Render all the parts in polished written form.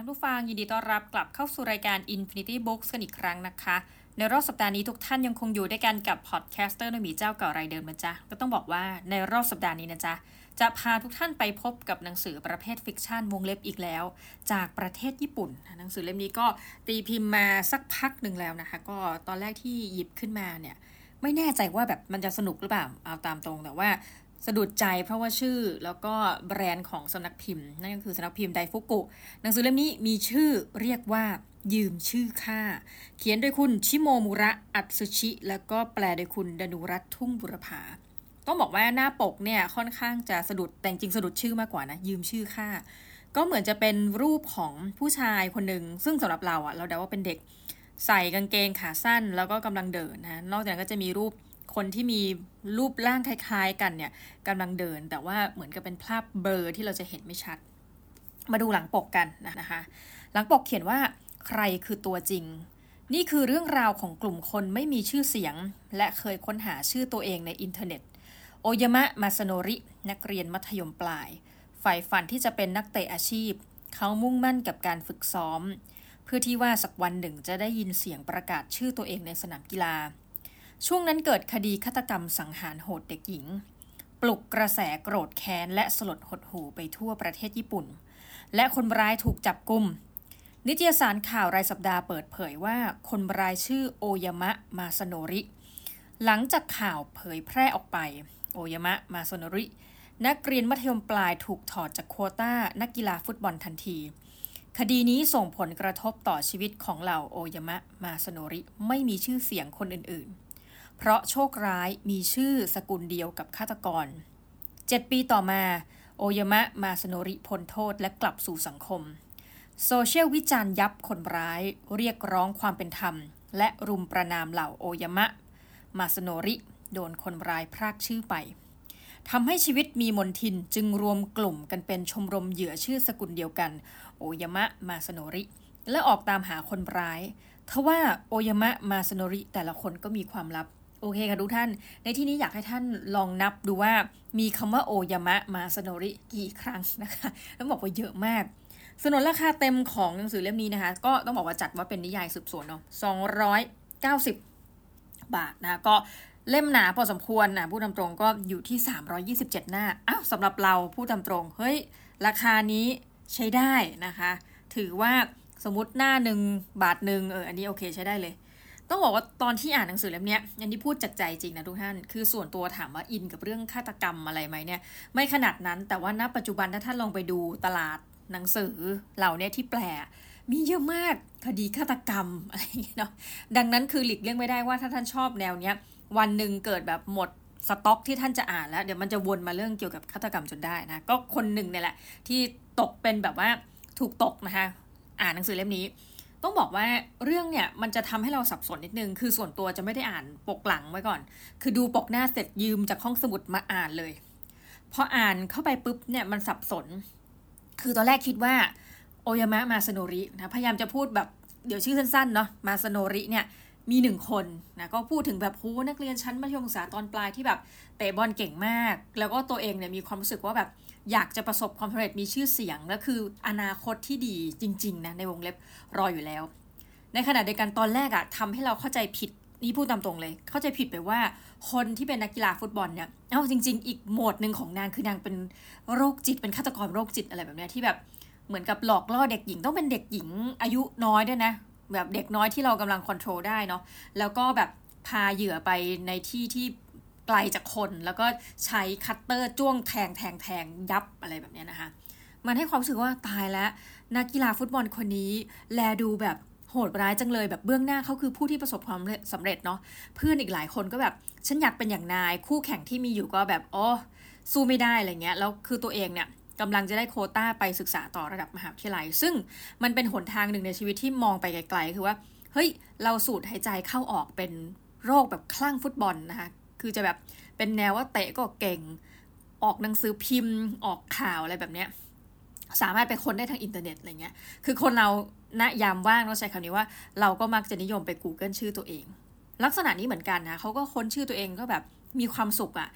ผู้ฟังยินดีต้อนรับกลับเข้าสู่รายการ Infinity Books กันอีกครั้งนะคะในรอบสัปดาห์นี้ทุกท่านยังคงอยู่ด้วยกันกับพอดแคสเตอร์นมีเจ้าเก่ารายเดิมนะจ๊ะก็ต้องบอกว่าในรอบสัปดาห์นี้นะจ๊ะจะพาทุกท่านไปพบกับหนังสือประเภทฟิกชันวงเล็บอีกแล้วจากประเทศญี่ปุ่นหนังสือเล่มนี้ก็ตีพิมพ์มาสักพักหนึ่งแล้วนะคะก็ตอนแรกที่หยิบขึ้นมาเนี่ยไม่แน่ใจว่าแบบมันจะสนุกหรือเปล่าเอาตามตรงแต่ว่าสะดุดใจเพราะว่าชื่อแล้วก็แบรนด์ของสำนักพิมพ์นั่นก็คือสำนักพิมพ์ไดฟุกุหนังสือเล่มนี้มีชื่อเรียกว่ายืมชื่อค่าเขียนโดยคุณชิโมมุระอัตสึชิแล้วก็แปลโดยคุณดนุรัตน์ทุ่งบุรพาต้องบอกว่าหน้าปกเนี่ยค่อนข้างจะสะดุดแต่จริงสะดุดชื่อมากกว่านะยืมชื่อค่าก็เหมือนจะเป็นรูปของผู้ชายคนหนึ่งซึ่งสำหรับเราเราเดาว่าเป็นเด็กใส่กางเกงขาสั้นแล้วก็กำลังเดินนะนอกจากนั้นก็จะมีรูปคนที่มีรูปร่างคล้ายๆกันเนี่ยกำลังเดินแต่ว่าเหมือนกับเป็นภาพเบลอที่เราจะเห็นไม่ชัดมาดูหลังปกกันนะคะหลังปกเขียนว่าใครคือตัวจริงนี่คือเรื่องราวของกลุ่มคนไม่มีชื่อเสียงและเคยค้นหาชื่อตัวเองในอินเทอร์เน็ตโอยามะมาซาโนรินักเรียนมัธยมปลายใฝ่ฝันที่จะเป็นนักเตะอาชีพเขามุ่งมั่นกับการฝึกซ้อมเพื่อที่ว่าสักวันหนึ่งจะได้ยินเสียงประกาศชื่อตัวเองในสนามกีฬาช่วงนั้นเกิดคดีฆาตกรรมสังหารโหดเด็กหญิงปลุกกระแสโกรธแค้นและสลดหดหู่ไปทั่วประเทศญี่ปุ่นและคนร้ายถูกจับกุมนิตยสารข่าวรายสัปดาห์เปิดเผยว่าคนร้ายชื่อโอยามะมาซาโนริหลังจากข่าวเผยแพร่ออกไปโอยามะมาซาโนรินักเรียนมัธยมปลายถูกถอดจากโควต้านักกีฬาฟุตบอลทันทีคดีนี้ส่งผลกระทบต่อชีวิตของเหล่าโอยามะมาซาโนริไม่มีชื่อเสียงคนอื่นๆเพราะโชคร้ายมีชื่อสกุลเดียวกับฆาตกร7 ปีต่อมาโอยามะมาซาโนริพ้นโทษและกลับสู่สังคมโซเชียลวิจารณ์ยับคนร้ายเรียกร้องความเป็นธรรมและรุมประณามเหล่าโอยามะมาซาโนริโดนคนร้ายพรากชื่อไปทำให้ชีวิตมีมนทินจึงรวมกลุ่มกันเป็นชมรมเหยื่อชื่อสกุลเดียวกันโอยามะมาซาโนริและออกตามหาคนร้ายทว่าโอยามะมาซาโนริแต่ละคนก็มีความลับโอเคค่ะทุกท่านในที่นี้อยากให้ท่านลองนับดูว่ามีคำว่าโอยามะมาซาโนริกี่ครั้งนะคะต้องบอกว่าเยอะมากสนนราคาเต็มของหนังสือเล่มนี้นะคะก็ต้องบอกว่าจัดว่าเป็นนิยายสืบสวนเนาะ290 บาทนะก็เล่มหนาพอสมควรนะพูดตามตรงก็อยู่ที่327 หน้าสำหรับเราพูดตามตรงเฮ้ยราคานี้ใช้ได้นะคะถือว่าสมมติหน้า1 บาทนึงอันนี้โอเคใช้ได้เลยต้องบอกว่าตอนที่อ่านหนังสือเล่มนี้อันนี้พูดจากใจจริงนะทุกท่านคือส่วนตัวถามว่าอินกับเรื่องฆาตกรรมอะไรไหมเนี่ยไม่ขนาดนั้นแต่ว่าณปัจจุบันถ้าท่านลองไปดูตลาดหนังสือเหล่านี้ที่แปลมีเยอะมากคดีฆาตกรรมอะไรอย่างเงี้ยเนาะดังนั้นคือหลีกเลี่ยงไม่ได้ว่าถ้าท่านชอบแนวเนี้ยวันหนึ่งเกิดแบบหมดสต็อกที่ท่านจะอ่านแล้วเดี๋ยวมันจะวนมาเรื่องเกี่ยวกับฆาตกรรมจนได้นะก็คนหนึ่งเนี่ยแหละที่ตกเป็นแบบว่าถูกตกนะคะอ่านหนังสือเล่มนี้ต้องบอกว่าเรื่องเนี่ยมันจะทำให้เราสับสนนิดนึงคือส่วนตัวจะไม่ได้อ่านปกหลังไว้ก่อนคือดูปกหน้าเสร็จยืมจากห้องสมุดมาอ่านเลยพออ่านเข้าไปปุ๊บเนี่ยมันสับสนคือตอนแรกคิดว่าโอยามะมาซาโนรินะพยายามจะพูดแบบเดี๋ยวชื่อสั้นๆเนาะมาซาโนริเนี่ยมี1 คนนะก็พูดถึงแบบโหนักเรียนชั้นมัธยมศึกษาตอนปลายที่แบบเตะบอลเก่งมากแล้วก็ตัวเองเนี่ยมีความรู้สึกว่าแบบอยากจะประสบความสำเร็จมีชื่อเสียงและคืออนาคตที่ดีจริงๆนะในวงเล็บรออยู่แล้วในขณะเดียวกันตอนแรกทำให้เราเข้าใจผิดนี่พูดตามตรงเลยเข้าใจผิดไปว่าคนที่เป็นนักกีฬาฟุตบอลเนี่ยจริงๆอีกโหมดนึงของนางคือนางเป็นโรคจิตเป็นฆาตกรโรคจิตอะไรแบบนี้ที่แบบเหมือนกับหลอกล่อเด็กหญิงต้องเป็นเด็กหญิงอายุน้อยด้วยนะแบบเด็กน้อยที่เรากำลังควบคุมได้เนาะแล้วก็แบบพาเหยื่อไปในที่ที่ไกลจากคนแล้วก็ใช้คัตเตอร์จ้วงแทงยับอะไรแบบนี้นะคะมันให้ความรู้สึกว่าตายแล้วนักกีฬาฟุตบอลคนนี้แลดูแบบโหดร้ายจังเลยแบบเบื้องหน้าเขาคือผู้ที่ประสบความสำเร็จเนาะเพื่อนอีกหลายคนก็แบบฉันอยากเป็นอย่างนายคู่แข่งที่มีอยู่ก็แบบสู้ไม่ได้อะไรเงี้ยแล้วคือตัวเองเนี่ยกำลังจะได้โควต้าไปศึกษาต่อระดับมหาวิทยาลัยซึ่งมันเป็นหนทางหนึ่งในชีวิตที่มองไปไกลๆคือว่าเฮ้ยเราสูดหายใจเข้าออกเป็นโรคแบบคลั่งฟุตบอลนะคะคือจะแบบเป็นแนวว่าเตะก็เก่งออกหนังสือพิมพ์ออกข่าวอะไรแบบเนี้ยสามารถไปค้นได้ทางอินเทอร์เน็ตอะไรเงี้ยคือคนเราณยามว่างเราใช้คำนี้ว่าเราก็มักจะนิยมไป Google ชื่อตัวเองลักษณะนี้เหมือนกันนะเขาก็ค้นชื่อตัวเองก็แบบมีความสุข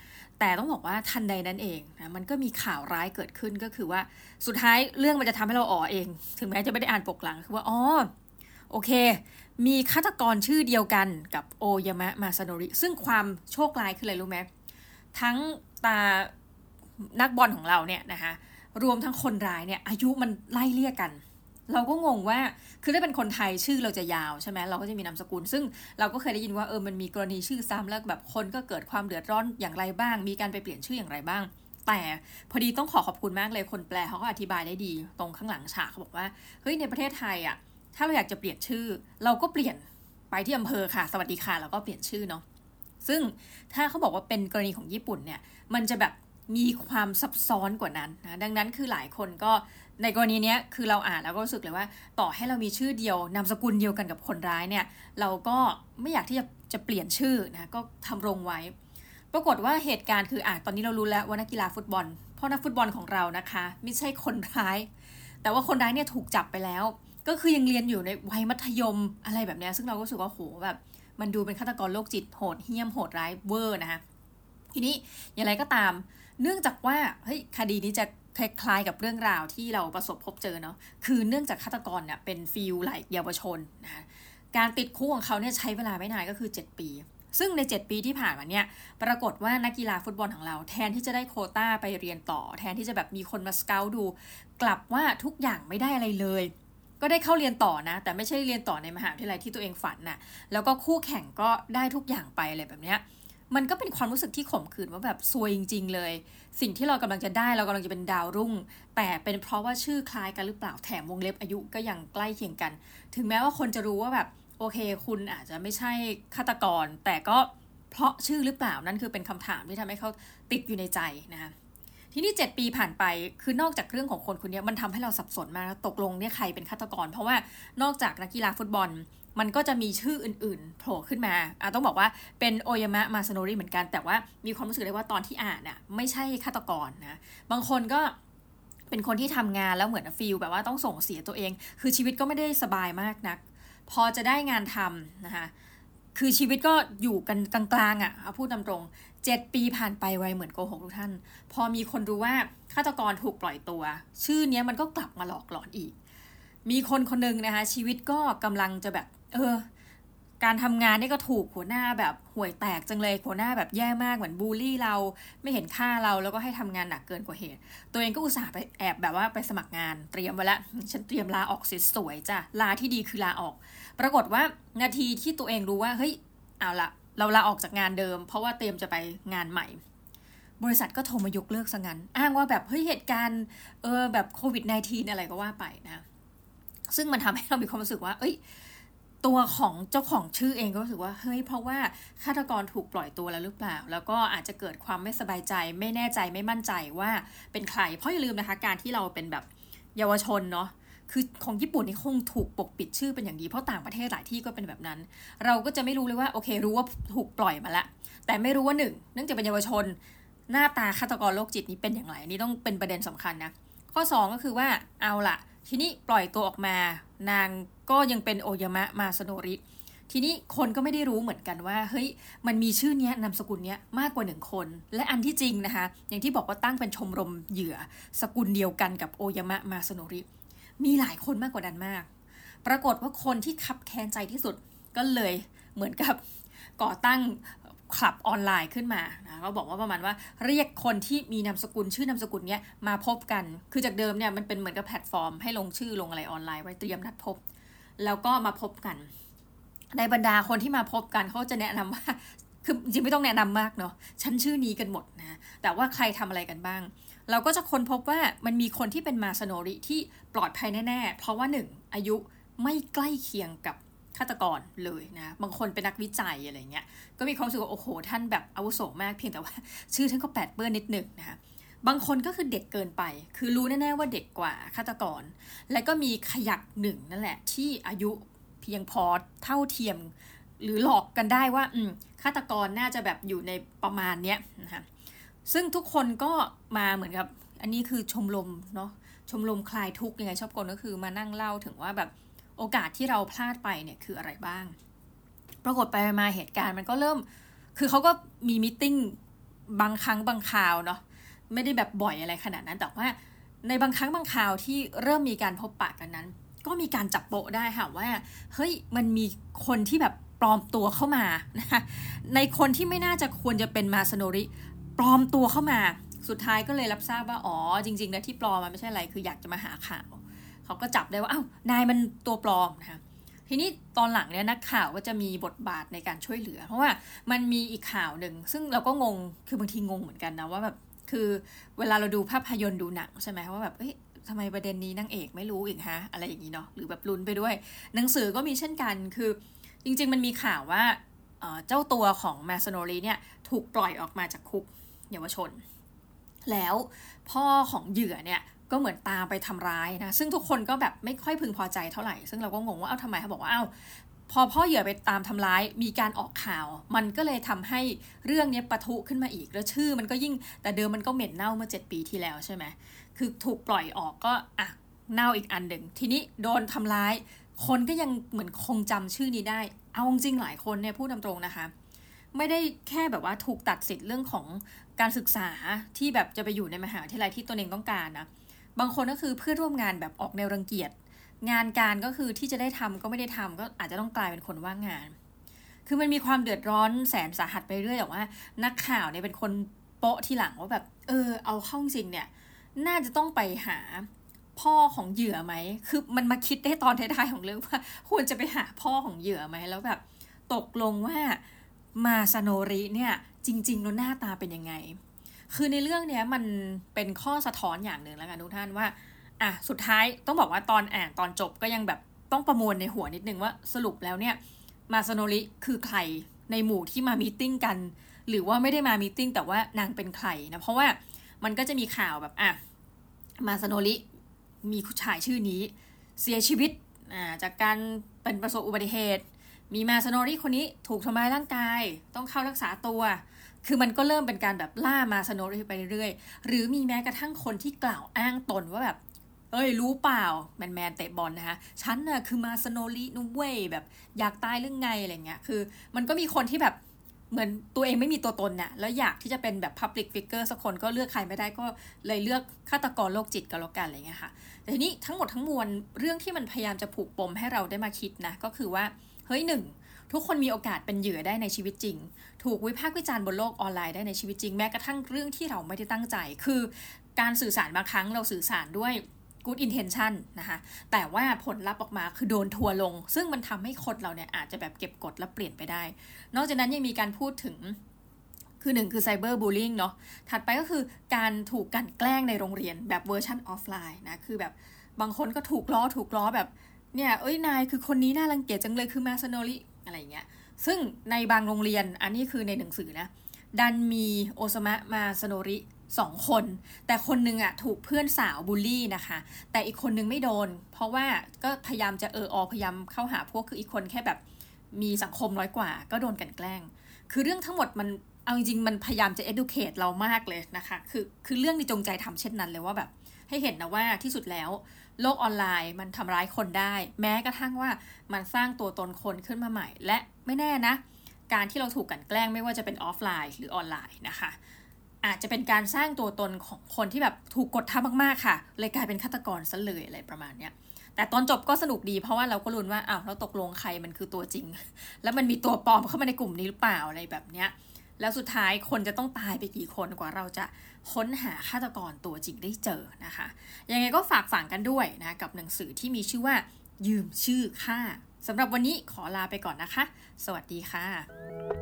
แต่ต้องบอกว่าทันใดนั้นเองนะมันก็มีข่าวร้ายเกิดขึ้นก็คือว่าสุดท้ายเรื่องมันจะทำให้เราอ๋อเองถึงแม้จะไม่ได้อ่านปกหลังคือว่าโอเคมีฆาตกรชื่อเดียวกันกับโอยามะมาซาโนริซึ่งความโชคร้ายคืออะไรรู้ไหมทั้งตานักบอลของเราเนี่ยนะคะรวมทั้งคนร้ายเนี่ยอายุมันไล่เลี่ยกันเราก็งงว่าคือถ้าเป็นคนไทยชื่อเราจะยาวใช่ไหมเราก็จะมีนามสกุลซึ่งเราก็เคยได้ยินว่ามันมีกรณีชื่อซ้ำแล้วแบบคนก็เกิดความเดือดร้อนอย่างไรบ้างมีการไปเปลี่ยนชื่ออย่างไรบ้างแต่พอดีต้องขอบคุณมากเลยคนแปลเขาก็อธิบายได้ดีตรงข้างหลังฉากเขาบอกว่าเฮ้ยในประเทศไทยอ่ะถ้าเราอยากจะเปลี่ยนชื่อเราก็เปลี่ยนไปที่อำเภอค่ะสวัสดีค่ะแล้วก็เปลี่ยนชื่อเนาะซึ่งถ้าเขาบอกว่าเป็นกรณีของญี่ปุ่นเนี่ยมันจะแบบมีความซับซ้อนกว่านั้นนะดังนั้นคือหลายคนก็ในกรณีนี้คือเราอ่านแล้วก็รู้สึกเลยว่าต่อให้เรามีชื่อเดียวนามสกุลเดียวกันกับคนร้ายเนี่ยเราก็ไม่อยากที่จะเปลี่ยนชื่อนะก็ทำรงไว้ปรากฏว่าเหตุการณ์คือตอนนี้เรารู้แล้วว่านักกีฬาฟุตบอลเพราะนักฟุตบอลของเรานะคะไม่ใช่คนร้ายแต่ว่าคนร้ายเนี่ยถูกจับไปแล้วก็คือยังเรียนอยู่ในวัยมัธยมอะไรแบบนี้ซึ่งเราก็รู้สึกว่าโหแบบมันดูเป็นฆาตกรโรคจิตโหดเหี้ยมโหดร้ายเวอร์นะคะทีนี้อย่างไรก็ตามเนื่องจากว่าคดีนี้จะคล้ายๆกับเรื่องราวที่เราประสบพบเจอเนาะคือเนื่องจากฆาตกรเนี่ยเป็นฟีลไลค์เยาวชนนะการติดคุกของเขาเนี่ยใช้เวลาไม่นานก็คือ7ปีซึ่งใน7ปีที่ผ่านมาเนี่ยปรากฏว่านักกีฬาฟุตบอลของเราแทนที่จะได้โควต้าไปเรียนต่อแทนที่จะแบบมีคนมาสเกาต์ดูกลับว่าทุกอย่างไม่ได้อะไรเลยก็ได้เข้าเรียนต่อนะแต่ไม่ใช่เรียนต่อในมหาวิทยาลัยที่ตัวเองฝันน่ะแล้วก็คู่แข่งก็ได้ทุกอย่างไปอะไรแบบเนี้ยมันก็เป็นความรู้สึกที่ขมขื่นว่าแบบซวยจริงๆเลยสิ่งที่เรากำลังจะได้เรากำลังจะเป็นดาวรุ่งแต่เป็นเพราะว่าชื่อคล้ายกันหรือเปล่าแถมวงเล็บอายุก็ยังใกล้เคียงกันถึงแม้ว่าคนจะรู้ว่าแบบโอเคคุณอาจจะไม่ใช่ฆาตกรแต่ก็เพราะชื่อหรือเปล่านั่นคือเป็นคำถามที่ทำให้เขาติดอยู่ในใจนะคะทีนี้7ปีผ่านไปคือนอกจากเรื่องของคนนี้มันทำให้เราสับสนมากตกลงเนี่ยใครเป็นฆาตกรเพราะว่านอกจากนักกีฬาฟุตบอลมันก็จะมีชื่ออื่นๆโผล่ขึ้นมาต้องบอกว่าเป็นโอยามะมาซาโนริเหมือนกันแต่ว่ามีความรู้สึกได้ว่าตอนที่อ่านน่ะไม่ใช่ฆาตกรนะบางคนก็เป็นคนที่ทำงานแล้วเหมือนฟีลแบบว่าต้องส่งเสียตัวเองคือชีวิตก็ไม่ได้สบายมากนักพอจะได้งานทำนะคะคือชีวิตก็อยู่กันกลางๆพูดตามตรง7ปีผ่านไปไวเหมือนโกหกทุกท่านพอมีคนรู้ว่าฆาตกรถูกปล่อยตัวชื่อเนี้ยมันก็กลับมาหลอกหลอนอีกมีคนคนนึงนะคะชีวิตก็กำลังจะแบบการทำงานนี่ก็ถูกหัวหน้าแบบห่วยแตกจังเลยหัวหน้าแบบแย่มากเหมือนบูลลี่เราไม่เห็นค่าเราแล้วก็ให้ทำงานหนักเกินกว่าเหตุตัวเองก็อุตส่าห์ไปแอบแบบว่าไปสมัครงานเตรียมไว้แล้วฉันเตรียมลาออกสวยๆจ้ะลาที่ดีคือลาออกปรากฏว่านาทีที่ตัวเองรู้ว่าเฮ้ยเอาละเราลาออกจากงานเดิมเพราะว่าเตรียมจะไปงานใหม่บริษัทก็โทรมายกเลิกซะงั้นอ้างว่าแบบเฮ้ยเหตุการณ์แบบโควิด -19 อะไรก็ว่าไปนะซึ่งมันทำให้เรามีความรู้สึกว่าตัวของเจ้าของชื่อเองก็รู้สึกว่าเฮ้ยเพราะว่าฆาตกรถูกปล่อยตัวแล้วหรือเปล่าแล้วก็อาจจะเกิดความไม่สบายใจไม่แน่ใจไม่มั่นใจว่าเป็นใครเพราะอย่าลืมนะคะการที่เราเป็นแบบเยาวชนเนาะคือของญี่ปุ่นนี่คงถูกปกปิดชื่อเป็นอย่างดีเพราะต่างประเทศหลายที่ก็เป็นแบบนั้นเราก็จะไม่รู้เลยว่าโอเครู้ว่าถูกปล่อยมาแล้วแต่ไม่รู้ว่าเนื่องจากเป็นเยาวชนหน้าตาฆาตกรโรคจิตนี้เป็นอย่างไรนี่ต้องเป็นประเด็นสำคัญนะข้อ2ก็คือว่าเอาล่ะทีนี้ปล่อยตัวออกมานางก็ยังเป็นโอยามะมาซาโนริทีนี้คนก็ไม่ได้รู้เหมือนกันว่าเฮ้ยมันมีชื่อเนี้ยนามสกุลเนี้ยมากกว่า1คนและอันที่จริงนะคะอย่างที่บอกว่าตั้งเป็นชมรมเหยื่อสกุลเดียวกันกับโอยามะมาซาโนริมีหลายคนมากกว่านั้นมากปรากฏว่าคนที่คับแค้นใจที่สุดก็เลยเหมือนกับก่อตั้งคลับออนไลน์ขึ้นมานะก็บอกว่าประมาณว่าเรียกคนที่มีนามสกุลชื่อนามสกุลเนี้ยมาพบกันคือจากเดิมเนี่ยมันเป็นเหมือนกับแพลตฟอร์มให้ลงชื่อลงอะไรออนไลน์ไว้เตรียมนัดพบแล้วก็มาพบกันในบรรดาคนที่มาพบกันเขาจะแนะนำว่าคือจริงไม่ต้องแนะนำมากเนาะฉันชื่อนี้กันหมดนะแต่ว่าใครทำอะไรกันบ้างเราก็จะค้นพบว่ามันมีคนที่เป็นมาซาโนริที่ปลอดภัยแน่ๆเพราะว่า1อายุไม่ใกล้เคียงกับฆาตกรเลยนะบางคนเป็นนักวิจัยอะไรเงี้ยก็มีความรู้สึกว่าโอ้โหท่านแบบอาวุโสมากเพียงแต่ว่าชื่อท่านก็แปดเปื้อนนิดนึงนะคะบางคนก็คือเด็กเกินไปคือรู้แน่ๆว่าเด็กกว่าฆาตกรและก็มีขยักหนึ่งนั่นแหละที่อายุเพียงพอเท่าเทียมหรือหลอกกันได้ว่าฆาตกรน่าจะแบบอยู่ในประมาณเนี้ยนะคะซึ่งทุกคนก็มาเหมือนกับอันนี้คือชมรมเนาะชมรมคลายทุกข์ยังไงชอบกลก็คือมานั่งเล่าถึงว่าแบบโอกาสที่เราพลาดไปเนี่ยคืออะไรบ้างปรากฏไปมาเหตุการณ์มันก็เริ่มคือเขาก็มีมีตติ้งบางครั้งบางคราวเนาะไม่ได้แบบบ่อยอะไรขนาดนั้นแต่ว่าในบางครั้งบางคราวที่เริ่มมีการพบปะกันนั้นก็มีการจับโปะได้ค่ะว่าเฮ้ยมันมีคนที่แบบปลอมตัวเข้ามานะคะในคนที่ไม่น่าจะควรจะเป็นมาซาโนริปลอมตัวเข้ามาสุดท้ายก็เลยรับทราบว่าอ๋อจริงๆแล้วที่ปลอมมันไม่ใช่อะไรคืออยากจะมาหาข่าวเขาก็จับได้ว่าอ้าวนายมันตัวปลอมนะคะทีนี้ตอนหลังเนี่ยนักข่าวก็จะมีบทบาทในการช่วยเหลือเพราะว่ามันมีอีกข่าวหนึ่งซึ่งเราก็งงคือบางทีงงเหมือนกันนะว่าแบบคือเวลาเราดูภาพยนตร์ดูหนังใช่ไหมว่าแบบเอ้ยทำไมประเด็นนี้นางเอกไม่รู้อีกฮะอะไรอย่างนี้เนาะหรือแบบลุ้นไปด้วยหนังสือก็มีเช่นกันคือจริงๆมันมีข่าวว่าเจ้าตัวของมาซาโนริเนี่ยถูกปล่อยออกมาจากคุกเยาวชนแล้วพ่อของเหยื่อเนี่ยก็เหมือนตามไปทำร้ายนะซึ่งทุกคนก็แบบไม่ค่อยพึงพอใจเท่าไหร่ซึ่งเราก็งงว่าทำไมเขาบอกว่าพอพ่อเหยื่อไปตามทำร้ายมีการออกข่าวมันก็เลยทำให้เรื่องนี้ปะทุขึ้นมาอีกแล้วชื่อมันก็ยิ่งแต่เดิมมันก็เหม็นเน่าเมื่อ7 ปีที่แล้วใช่ไหมคือถูกปล่อยออกก็เน่าอีกอันหนึ่งทีนี้โดนทำร้ายคนก็ยังเหมือนคงจำชื่อนี้ได้เอาจริงหลายคนเนี่ยพูดตามตรงนะคะไม่ได้แค่แบบว่าถูกตัดสิทธิ์เรื่องของการศึกษาที่แบบจะไปอยู่ในมหาวิทยาลัยที่ตนเองต้องการนะบางคนก็คือเพื่อนร่วมงานแบบออกแนวรังเกียจงานการก็คือที่จะได้ทำก็ไม่ได้ทำก็อาจจะต้องกลายเป็นคนว่างงานคือมันมีความเดือดร้อนแสนสาหัสไปเรื่อยแต่ว่านักข่าวเนี่ยเป็นคนโป๊ะทีหลังว่าแบบเอาเข้าจริงเนี่ยน่าจะต้องไปหาพ่อของเหยื่อไหมคือมันมาคิดได้ตอนท้ายๆของเรื่องว่าควรจะไปหาพ่อของเหยื่อไหมแล้วแบบตกลงว่ามาซาโนริเนี่ยจริงๆแล้วหน้าตาเป็นยังไงคือในเรื่องเนี้ยมันเป็นข้อสะท้อนอย่างหนึ่งแล้วกันทุกท่านว่าสุดท้ายต้องบอกว่าตอนอ่านตอนจบก็ยังแบบต้องประมวลในหัวนิดนึงว่าสรุปแล้วเนี่ยมาซาโนริคือใครในหมู่ที่มามีตติ้งกันหรือว่าไม่ได้มามีตติ้งแต่ว่านางเป็นใครนะเพราะว่ามันก็จะมีข่าวแบบมาซาโนริมีผู้ชายชื่อนี้เสียชีวิตจากการเป็นประสบอุบัติเหตุมีมาซาโนริคนนี้ถูกทำร้ายร่างกายต้องเข้ารักษาตัวคือมันก็เริ่มเป็นการแบบล่ามาซาโนริไปเรื่อยๆหรือมีแม้กระทั่งคนที่กล่าวอ้างตนว่าแบบรู้เปล่าแมนเตะบอลนะคะฉันน่ะคือมาซาโนรินุเว่ยแบบอยากตายเรื่องไงอะไรเงี้ยคือมันก็มีคนที่แบบเหมือนตัวเองไม่มีตัวตนน่ะแล้วอยากที่จะเป็นแบบ public figure สักคนก็เลือกใครไม่ได้ก็เลยเลือกฆาตกรโรคจิตก็แล้วกันอะไรเงี้ยค่ะแต่ทีนี้ทั้งหมดทั้งมวลเรื่องที่มันพยายามจะผูกปมให้เราได้มาคิดนะก็คือว่าเฮ้ยทุกคนมีโอกาสเป็นเหยื่อได้ในชีวิตจริงถูกวิพากษ์วิจารณ์บนโลกออนไลน์ได้ในชีวิตจริงแม้กระทั่งเรื่องที่เราไม่ได้ตั้งใจคือการสื่อสารบางครั้งเราสื่อสารด้วย good intention นะคะแต่ว่าผลลัพธ์ออกมาคือโดนทัวลงซึ่งมันทำให้คนเราเนี่ยอาจจะแบบเก็บกดและเปลี่ยนไปได้นอกจากนั้นยังมีการพูดถึงคือ1คือไซเบอร์บูลลิงเนาะถัดไปก็คือการถูกกันแกล้งในโรงเรียนแบบเวอร์ชันออฟไลน์นะคือแบบบางคนก็ถูกล้อแบบเนี่ยนายคือคนนี้น่ารังเกียจจังเลยคือมาซาโนริอะไรเงี้ยซึ่งในบางโรงเรียนอันนี้คือในหนังสือนะดันมีโอซามะมาซาโนริ2 คนแต่คนนึงถูกเพื่อนสาวบูลลี่นะคะแต่อีกคนนึงไม่โดนเพราะว่าก็พยายามจะพยายามเข้าหาพวกคืออีกคนแค่แบบมีสังคมน้อยกว่าก็โดนกันแกล้งคือเรื่องทั้งหมดมันเอาจริงๆมันพยายามจะ educate เรามากเลยนะคะคือเรื่องที่จงใจทำเช่นนั้นเลยว่าแบบให้เห็นนะว่าที่สุดแล้วโลกออนไลน์มันทำร้ายคนได้แม้กระทั่งว่ามันสร้างตัวตนคนขึ้นมาใหม่และไม่แน่นะการที่เราถูกกันแกล้งไม่ว่าจะเป็นออฟไลน์หรือออนไลน์นะคะอาจจะเป็นการสร้างตัวตนของคนที่แบบถูกกดทับมากๆค่ะเลยกลายเป็นฆาตกรซะเลยอะไรประมาณเนี้ยแต่ตอนจบก็สนุกดีเพราะว่าเราก็ลุ้นว่าเราตกลงใครมันคือตัวจริงแล้วมันมีตัวปลอมเข้ามาในกลุ่มนี้หรือเปล่าอะไรแบบเนี้ยแล้วสุดท้ายคนจะต้องตายไปกี่คนกว่าเราจะค้นหาฆาตกรตัวจริงได้เจอนะคะยังไงก็ฝากฝังกันด้วยนะกับหนังสือที่มีชื่อว่ายืมชื่อฆ่าสำหรับวันนี้ขอลาไปก่อนนะคะสวัสดีค่ะ